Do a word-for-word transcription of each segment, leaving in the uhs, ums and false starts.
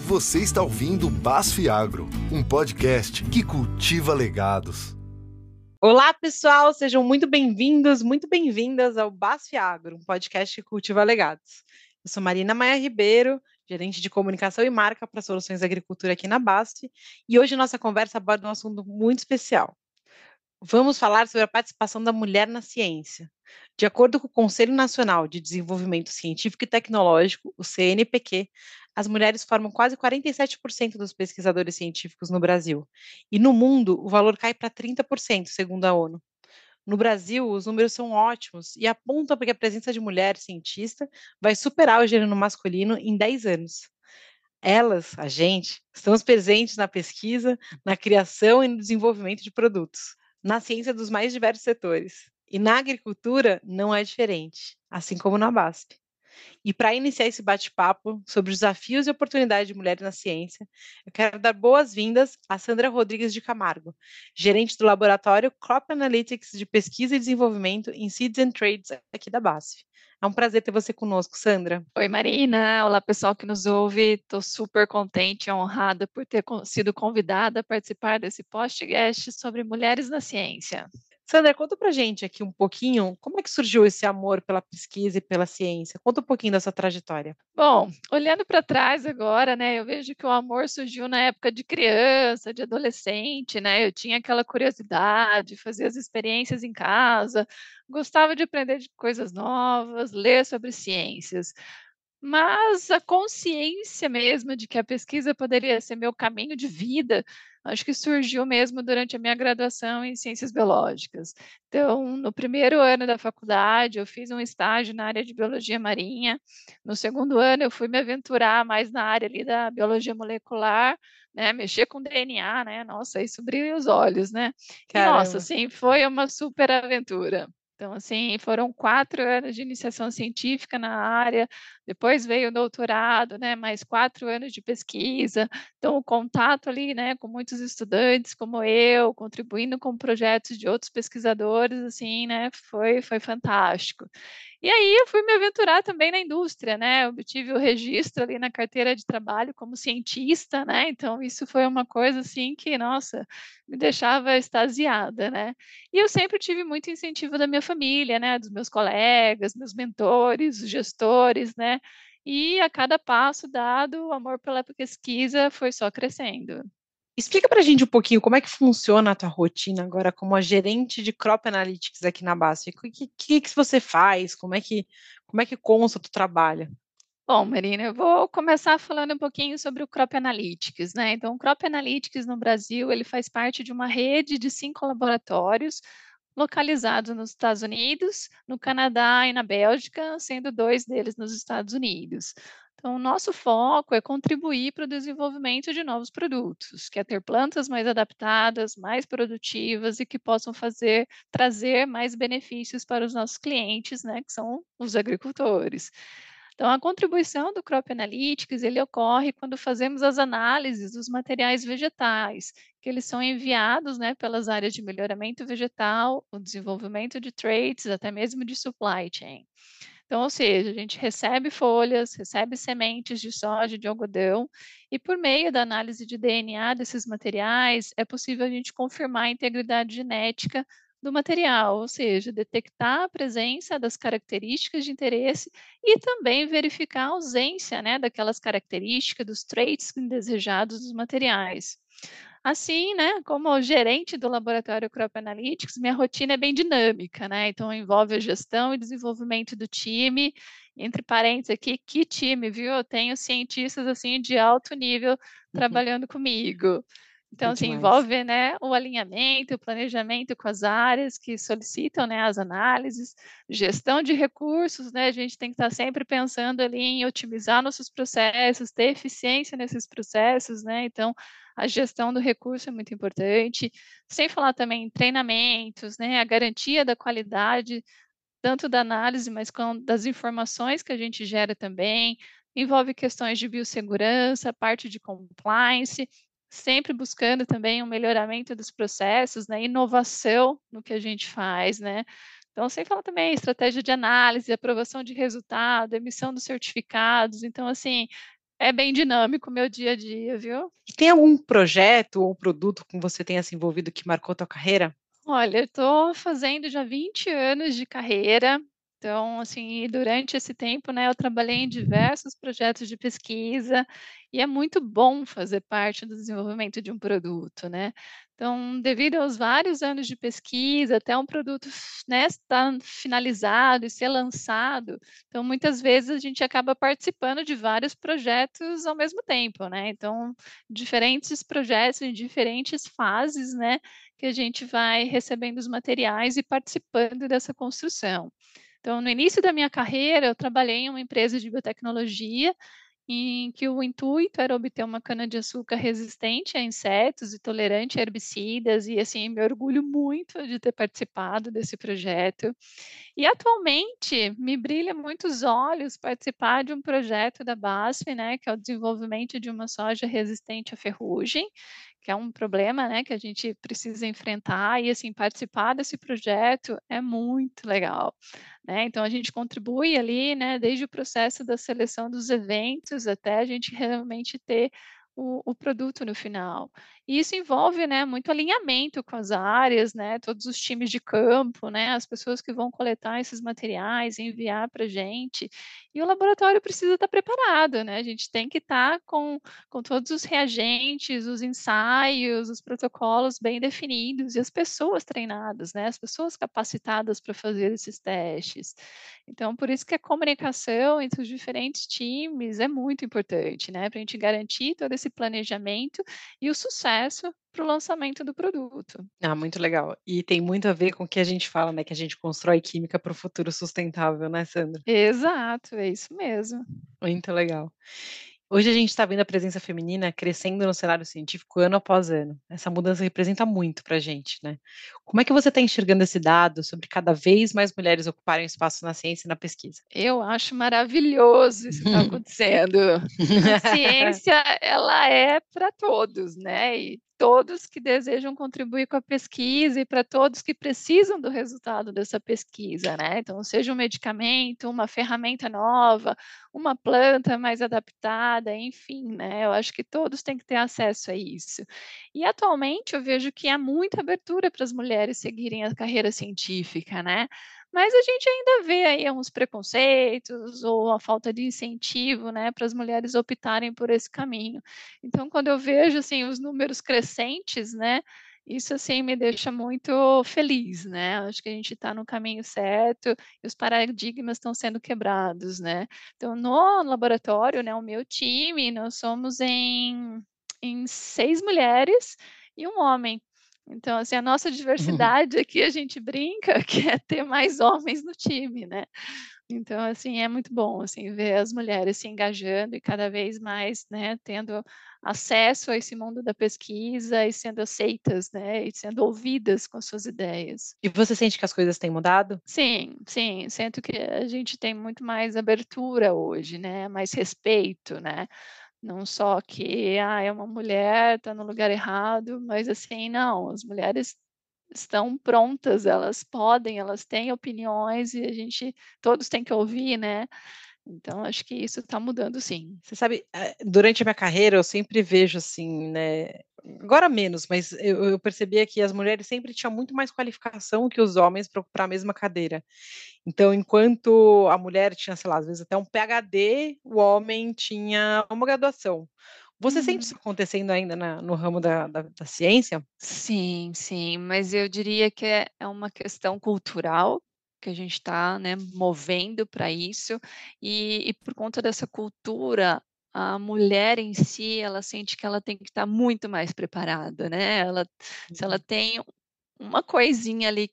Você está ouvindo BASF Agro, um podcast que cultiva legados. Olá, pessoal, sejam muito bem-vindos, muito bem-vindas ao BASF Agro, um podcast que cultiva legados. Eu sou Marina Maia Ribeiro, gerente de comunicação e marca para soluções de agricultura aqui na BASF, e hoje nossa conversa aborda um assunto muito especial. Vamos falar sobre a participação da mulher na ciência. De acordo com o Conselho Nacional de Desenvolvimento Científico e Tecnológico, o C N P Q, as mulheres formam quase quarenta e sete por cento dos pesquisadores científicos no Brasil. E no mundo, o valor cai para trinta por cento, segundo a ONU. No Brasil, os números são ótimos e apontam para que a presença de mulher cientista vai superar o gênero masculino em dez anos. Elas, a gente, estamos presentes na pesquisa, na criação e no desenvolvimento de produtos, na ciência dos mais diversos setores. E na agricultura não é diferente, assim como na BASF. E para iniciar esse bate-papo sobre os desafios e oportunidades de mulheres na ciência, eu quero dar boas-vindas a Sandra Rodrigues de Camargo, gerente do laboratório Crop Analytics de Pesquisa e Desenvolvimento em Seeds and Traits aqui da BASF. É um prazer ter você conosco, Sandra. Oi, Marina. Olá, pessoal que nos ouve. Estou super contente e honrada por ter sido convidada a participar desse podcast sobre mulheres na ciência. Sandra, conta pra gente aqui um pouquinho como é que surgiu esse amor pela pesquisa e pela ciência. Conta um pouquinho da sua trajetória. Bom, olhando para trás agora, né, eu vejo que o amor surgiu na época de criança, de adolescente, né? Eu tinha aquela curiosidade, fazia as experiências em casa, gostava de aprender de coisas novas, ler sobre ciências. Mas a consciência mesmo de que a pesquisa poderia ser meu caminho de vida, acho que surgiu mesmo durante a minha graduação em ciências biológicas. Então, no primeiro ano da faculdade, eu fiz um estágio na área de biologia marinha. No segundo ano, eu fui me aventurar mais na área ali da biologia molecular, né, mexer com D N A, né? Nossa, isso brilha os olhos, né? E nossa, Caramba. assim, foi uma super aventura. Então, assim, foram quatro anos de iniciação científica na área, depois veio o doutorado, né, mais quatro anos de pesquisa, então o contato ali, né, com muitos estudantes como eu, contribuindo com projetos de outros pesquisadores, assim, né, foi, foi fantástico. E aí eu fui me aventurar também na indústria, né, eu obtive o registro ali na carteira de trabalho como cientista, né, então isso foi uma coisa, assim, que, nossa, me deixava extasiada, né. E eu sempre tive muito incentivo da minha família, né, dos meus colegas, meus mentores, os gestores, né, e a cada passo dado, o amor pela pesquisa foi só crescendo. Explica pra gente um pouquinho como é que funciona a tua rotina agora como a gerente de Crop Analytics aqui na BASF. O que, que, que você faz? Como é que, como é que consta o teu trabalho? Bom, Marina, eu vou começar falando um pouquinho sobre o Crop Analytics, né? Então, o Crop Analytics no Brasil, ele faz parte de uma rede de cinco laboratórios localizados nos Estados Unidos, no Canadá e na Bélgica, sendo dois deles nos Estados Unidos. Então, o nosso foco é contribuir para o desenvolvimento de novos produtos, que é ter plantas mais adaptadas, mais produtivas e que possam fazer, trazer mais benefícios para os nossos clientes, né, que são os agricultores. Então, a contribuição do Crop Analytics, ele ocorre quando fazemos as análises dos materiais vegetais, que eles são enviados, né, pelas áreas de melhoramento vegetal, o desenvolvimento de traits, até mesmo de supply chain. Então, ou seja, a gente recebe folhas, recebe sementes de soja, de algodão, e por meio da análise de D N A desses materiais, é possível a gente confirmar a integridade genética do material, ou seja, detectar a presença das características de interesse e também verificar a ausência, né, daquelas características, dos traits indesejados dos materiais. Assim, né, como gerente do laboratório Crop Analytics, minha rotina é bem dinâmica, né? Então envolve a gestão e desenvolvimento do time. Entre parênteses aqui, que time, viu? Eu tenho cientistas assim de alto nível Uhum, trabalhando comigo. que Então, assim, demais. envolve, né, o alinhamento, o planejamento com as áreas que solicitam, né, as análises, gestão de recursos, né, a gente tem que estar sempre pensando ali em otimizar nossos processos, ter eficiência nesses processos, né, então a gestão do recurso é muito importante, sem falar também em treinamentos, né, a garantia da qualidade, tanto da análise, mas com das informações que a gente gera também, envolve questões de biossegurança, parte de compliance, sempre buscando também um melhoramento dos processos, né, inovação no que a gente faz, né. Então, sem falar também estratégia de análise, aprovação de resultado, emissão dos certificados, então assim, É bem dinâmico o meu dia a dia, viu? E tem algum projeto ou produto com você tenha se envolvido que marcou tua carreira? Olha, eu tô fazendo já vinte anos de carreira, então, assim, durante esse tempo, né, eu trabalhei em diversos projetos de pesquisa, e é muito bom fazer parte do desenvolvimento de um produto, né. Então, devido aos vários anos de pesquisa, até um produto f né, estar finalizado e ser lançado, então muitas vezes a gente acaba participando de vários projetos ao mesmo tempo, né, então diferentes projetos em diferentes fases, né, que a gente vai recebendo os materiais e participando dessa construção. Então, no início da minha carreira, eu trabalhei em uma empresa de biotecnologia, em que o intuito era obter uma cana-de-açúcar resistente a insetos e tolerante a herbicidas, e assim, me orgulho muito de ter participado desse projeto. E atualmente me brilha muito os olhos participar de um projeto da BASF, né, que é o desenvolvimento de uma soja resistente à ferrugem, que é um problema, né, que a gente precisa enfrentar e assim participar desse projeto é muito legal, né? Então a gente contribui ali, né, desde o processo da seleção dos eventos até a gente realmente ter o, o produto no final. E isso envolve, né, muito alinhamento com as áreas, né, todos os times de campo, né, as pessoas que vão coletar esses materiais, enviar para a gente. E o laboratório precisa estar preparado, né? A gente tem que estar com, com todos os reagentes, os ensaios, os protocolos bem definidos e as pessoas treinadas, né? As pessoas capacitadas para fazer esses testes. Então, por isso que a comunicação entre os diferentes times é muito importante, né? Para a gente garantir todo esse planejamento e o sucesso para o lançamento do produto. Ah, muito legal. E tem muito a ver com o que a gente fala, né, que a gente constrói química para o futuro sustentável, né, Sandra? Exato, é isso mesmo. Muito legal. Hoje a gente está vendo a presença feminina crescendo no cenário científico ano após ano. Essa mudança representa muito para a gente, né? Como é que você está enxergando esse dado sobre cada vez mais mulheres ocuparem espaço na ciência e na pesquisa? Eu acho maravilhoso isso que está acontecendo. A ciência, ela é para todos, né, e todos que desejam contribuir com a pesquisa e para todos que precisam do resultado dessa pesquisa, né. Então, seja um medicamento, uma ferramenta nova, uma planta mais adaptada, enfim, né, eu acho que todos têm que ter acesso a isso. E atualmente eu vejo que há muita abertura para as mulheres seguirem a carreira científica, né. Mas a gente ainda vê aí uns preconceitos ou a falta de incentivo, né, para as mulheres optarem por esse caminho. Então, quando eu vejo, assim, os números crescentes, né, isso, assim, me deixa muito feliz, né. Acho que a gente está no caminho certo e os paradigmas estão sendo quebrados, né. Então, no laboratório, né, o meu time, nós somos em em seis mulheres e um homem. Então, assim, a nossa diversidade aqui, a gente brinca que é ter mais homens no time, né. Então, assim, é muito bom, assim, ver as mulheres se engajando e cada vez mais, né, tendo acesso a esse mundo da pesquisa e sendo aceitas, né, e sendo ouvidas com suas ideias. E você sente que as coisas têm mudado? Sim, sim, sinto que a gente tem muito mais abertura hoje, né, mais respeito, né. Não só que, ah, é uma mulher, está no lugar errado, mas assim, não, as mulheres estão prontas, elas podem, elas têm opiniões e a gente todos têm que ouvir, né. Então acho que isso está mudando sim. Você sabe, eh, durante a minha carreira eu sempre vejo assim, né, agora menos, mas eu eu percebia que as mulheres sempre tinham muito mais qualificação que os homens para ocupar a mesma cadeira. Então, enquanto a mulher tinha, sei lá, às vezes até um PhD, o homem tinha uma graduação. Você sente isso Uhum. acontecendo ainda na no ramo da da da ciência? Sim, sim, mas eu diria que é é uma questão cultural, que a gente está, né, movendo para isso, e e por conta dessa cultura, a mulher em si, ela sente que ela tem que estar muito mais preparada, né, ela se ela Uhum. tem uma coisinha ali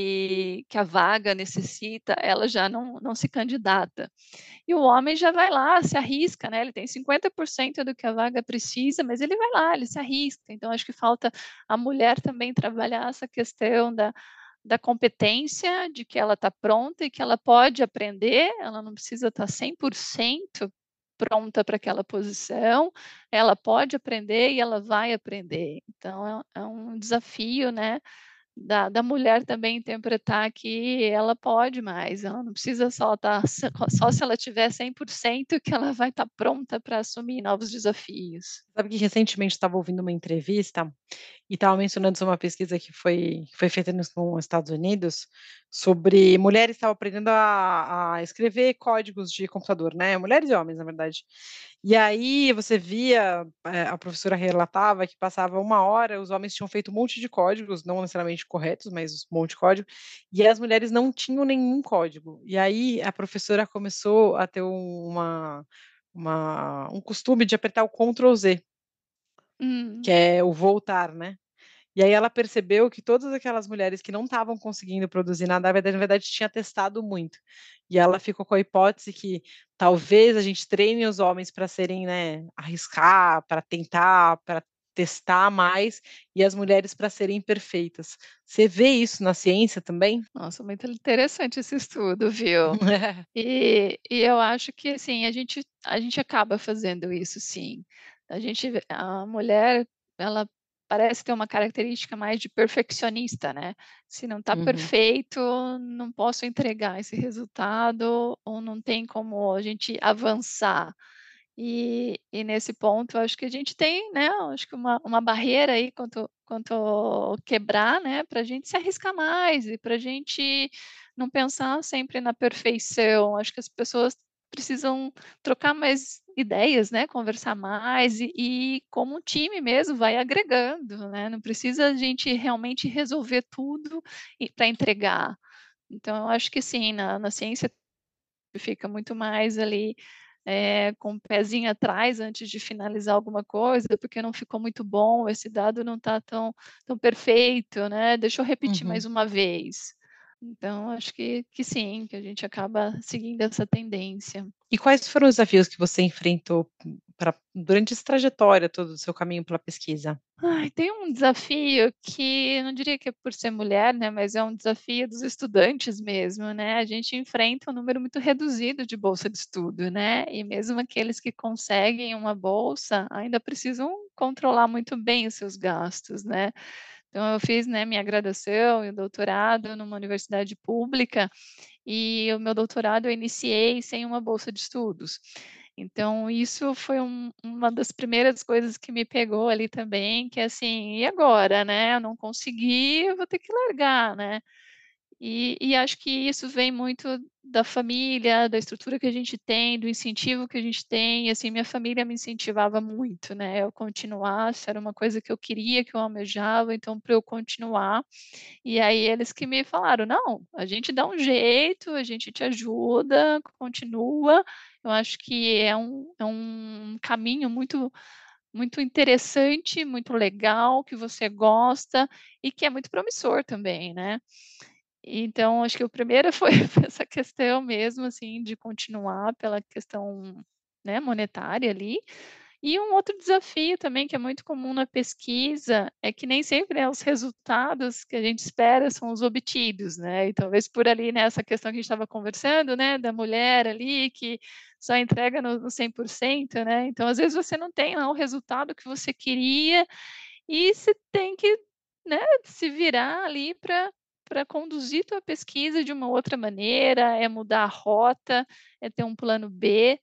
que que a vaga necessita, ela já não não se candidata. E o homem já vai lá, se arrisca, né, ele tem cinquenta por cento do que a vaga precisa, mas ele vai lá, ele se arrisca. Então acho que falta a mulher também trabalhar essa questão da da competência, de que ela está pronta e que ela pode aprender, ela não precisa estar cem por cento pronta para aquela posição, ela pode aprender e ela vai aprender. Então é um é um desafio, né, da da mulher também interpretar que ela pode mais, ela não precisa só estar só se ela tiver cem por cento que ela vai estar pronta para assumir novos desafios. Sabe que recentemente estava ouvindo uma entrevista e estava mencionando sobre uma pesquisa que foi que foi feita nos nos Estados Unidos, sobre mulheres estavam aprendendo a a escrever códigos de computador, né, mulheres e homens, na verdade. E aí você via, eh, a professora relatava que passava uma hora, os homens tinham feito um monte de códigos, não necessariamente corretos, mas um monte de código, e as mulheres não tinham nenhum código. E aí a professora começou a ter um uma uma um costume de apertar o control Z, que Hum. é o voltar, né. E aí ela percebeu que todas aquelas mulheres que não estavam conseguindo produzir nada, na verdade na verdade tinha testado muito. E ela ficou com a hipótese que talvez a gente treine os homens para serem, né, arriscar, para tentar, para testar mais, e as mulheres para serem perfeitas. Você vê isso na ciência também? Nossa, muito interessante esse estudo, viu. E e eu acho que, assim, a gente a gente acaba fazendo isso sim. A gente vê a mulher, ela parece ter uma característica mais de perfeccionista, né. Se não está Uhum, perfeito, não posso entregar esse resultado, ou não tem como a gente avançar. E e nesse ponto eu acho que a gente tem, né, eu acho que uma uma barreira aí quanto quanto quebrar, né, para a gente se arriscar mais e para a gente não pensar sempre na perfeição. Acho que as pessoas precisam trocar mais ideias, né, conversar mais e e como um time mesmo vai agregando, né, não precisa a gente realmente resolver tudo e para entregar. Então eu acho que sim, na na ciência fica muito mais ali, eh, com o pezinho atrás antes de finalizar alguma coisa, porque não ficou muito bom, esse dado não está tão tão perfeito, né, deixa eu repetir mais uhum. uma vez. Então acho que que sim, que a gente acaba seguindo essa tendência. E quais foram os desafios que você enfrentou pra durante essa trajetória todo do seu caminho pela pesquisa? Ai, tem um desafio que eu não diria que é por ser mulher, né, mas é um desafio dos estudantes mesmo, né, a gente enfrenta um número muito reduzido de bolsa de estudo, né, e mesmo aqueles que conseguem uma bolsa, ainda precisam controlar muito bem os seus gastos, né. Então eu fiz, né, minha graduação e o doutorado numa universidade pública, e o meu doutorado eu iniciei sem uma bolsa de estudos. Então isso foi um uma das primeiras coisas que me pegou ali também, que é assim: "E agora, né, eu não consegui, eu vou ter que largar, né". E e acho que isso vem muito da família, da estrutura que a gente tem, do incentivo que a gente tem, e assim, minha família me incentivava muito, né, eu continuasse, era uma coisa que eu queria, que eu almejava, então para eu continuar, e aí eles que me falaram: "Não, a gente dá um jeito, a gente te ajuda, continua". Eu acho que é um é um caminho muito muito interessante, muito legal, que você gosta e que é muito promissor também, né. Então acho que o primeiro foi essa questão mesmo, assim, de continuar pela questão, né, monetária ali. E um outro desafio também que é muito comum na pesquisa, é que nem sempre, né, os resultados que a gente espera são os obtidos, né, e talvez por ali, né, essa questão que a gente estava conversando, né, da mulher ali que só entrega no no cem por cento, né, então às vezes você não tem lá o resultado que você queria, e você tem que, né, se virar ali para para conduzir tua pesquisa de uma outra maneira, é mudar a rota, é ter um plano B.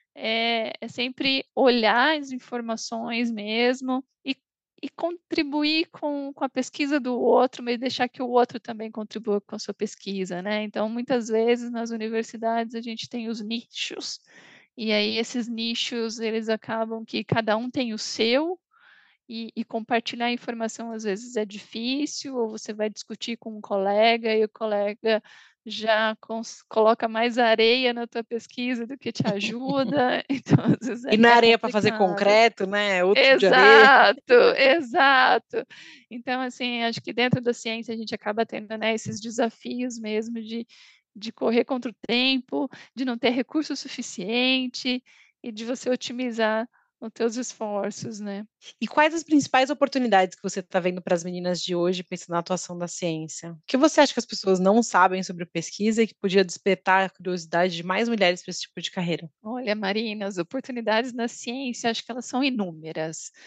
É é sempre olhar as informações mesmo e e contribuir com com a pesquisa do outro, mas deixar que o outro também contribua com a sua pesquisa, né. Então, muitas vezes nas universidades a gente tem os nichos, e aí esses nichos eles acabam que cada um tem o seu, e e compartilhar a informação às vezes é difícil, ou você vai discutir com um colega e o colega já cons coloca mais areia na tua pesquisa do que te ajuda, então às vezes E é não é é areia para fazer complicado. concreto, né, é outro tipo de areia. Exato, exato. Então, assim, acho que dentro da ciência a gente acaba tendo, né, esses desafios mesmo de de correr contra o tempo, de não ter recurso suficiente e de você otimizar os teus esforços, né. E quais as principais oportunidades que você está vendo para as meninas de hoje, pensando na atuação da ciência? O que você acha que as pessoas não sabem sobre pesquisa e que podia despertar a curiosidade de mais mulheres para esse tipo de carreira? Olha, Marina, as oportunidades na ciência, acho que elas são inúmeras.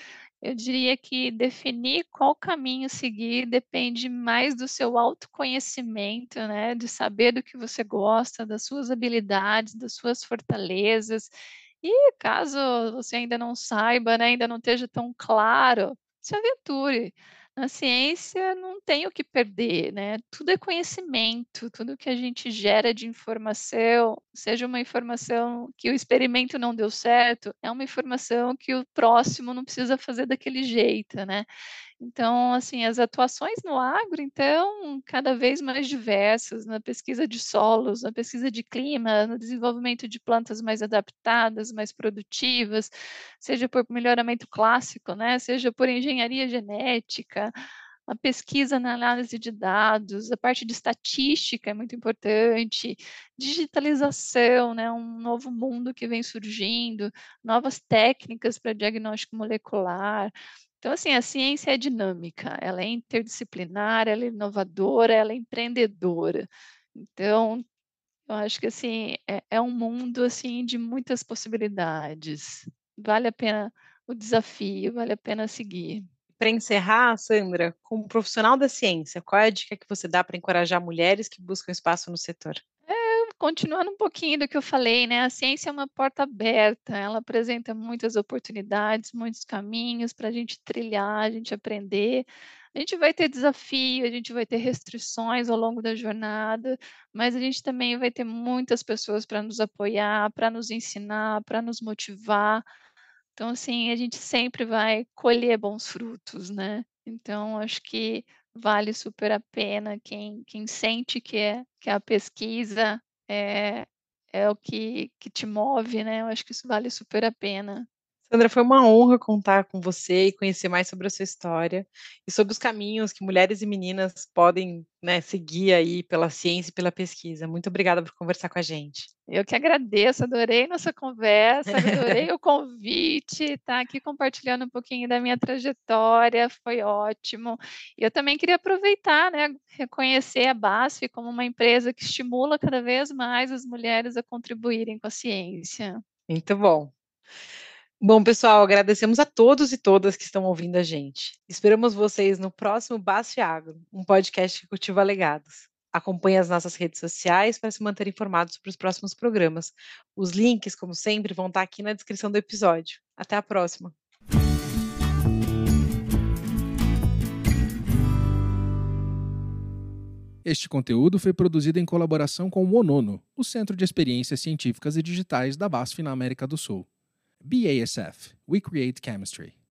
Eu diria que definir qual caminho seguir depende mais do seu autoconhecimento, né, de saber do que você gosta, das suas habilidades, das suas fortalezas. E caso você ainda não saiba, né, ainda não esteja tão claro, se aventure. Na ciência não tem o que perder, né, tudo é conhecimento, tudo que a gente gera de informação, seja uma informação que o experimento não deu certo, é uma informação que o próximo não precisa fazer daquele jeito, né. Então, assim, as atuações no agro, então, cada vez mais diversas, na pesquisa de solos, na pesquisa de clima, no desenvolvimento de plantas mais adaptadas, mais produtivas, seja por melhoramento clássico, né, seja por engenharia genética, a pesquisa na análise de dados, a parte de estatística é muito importante, digitalização, né, um novo mundo que vem surgindo, novas técnicas para diagnóstico molecular. Então, assim, a ciência é dinâmica, ela é interdisciplinar, ela é inovadora, ela é empreendedora. Então, eu acho que, assim, é é um mundo, assim, de muitas possibilidades. Vale a pena o desafio, vale a pena seguir. Para encerrar, Sandra, como profissional da ciência, qual é a dica que você dá para encorajar mulheres que buscam espaço no setor? Continuando um pouquinho do que eu falei, né, a ciência é uma porta aberta, ela apresenta muitas oportunidades, muitos caminhos para a gente trilhar, a gente aprender. A gente vai ter desafio, a gente vai ter restrições ao longo da jornada, mas a gente também vai ter muitas pessoas para nos apoiar, para nos ensinar, para nos motivar. Então, assim, a gente sempre vai colher bons frutos, né. Então acho que vale super a pena quem quem sente que é que a pesquisa é é o que que te move, né, eu acho que isso vale super a pena. Sandra, foi uma honra contar com você e conhecer mais sobre a sua história e sobre os caminhos que mulheres e meninas podem, né, seguir aí pela ciência e pela pesquisa. Muito obrigada por conversar com a gente. Eu que agradeço, adorei nossa conversa, adorei o convite, estar aqui compartilhando um pouquinho da minha trajetória, foi ótimo. E eu também queria aproveitar, né, reconhecer a BASF como uma empresa que estimula cada vez mais as mulheres a contribuírem com a ciência. Muito bom. Bom, pessoal, agradecemos a todos e todas que estão ouvindo a gente. Esperamos vocês no próximo BASF Agro, um podcast que cultiva legados. Acompanhe as nossas redes sociais para se manter informado sobre os próximos programas. Os links, como sempre, vão estar aqui na descrição do episódio. Até a próxima. Este conteúdo foi produzido em colaboração com o ONONO, o Centro de Experiências Científicas e Digitais da BASF na América do Sul. B A S F, We Create Chemistry.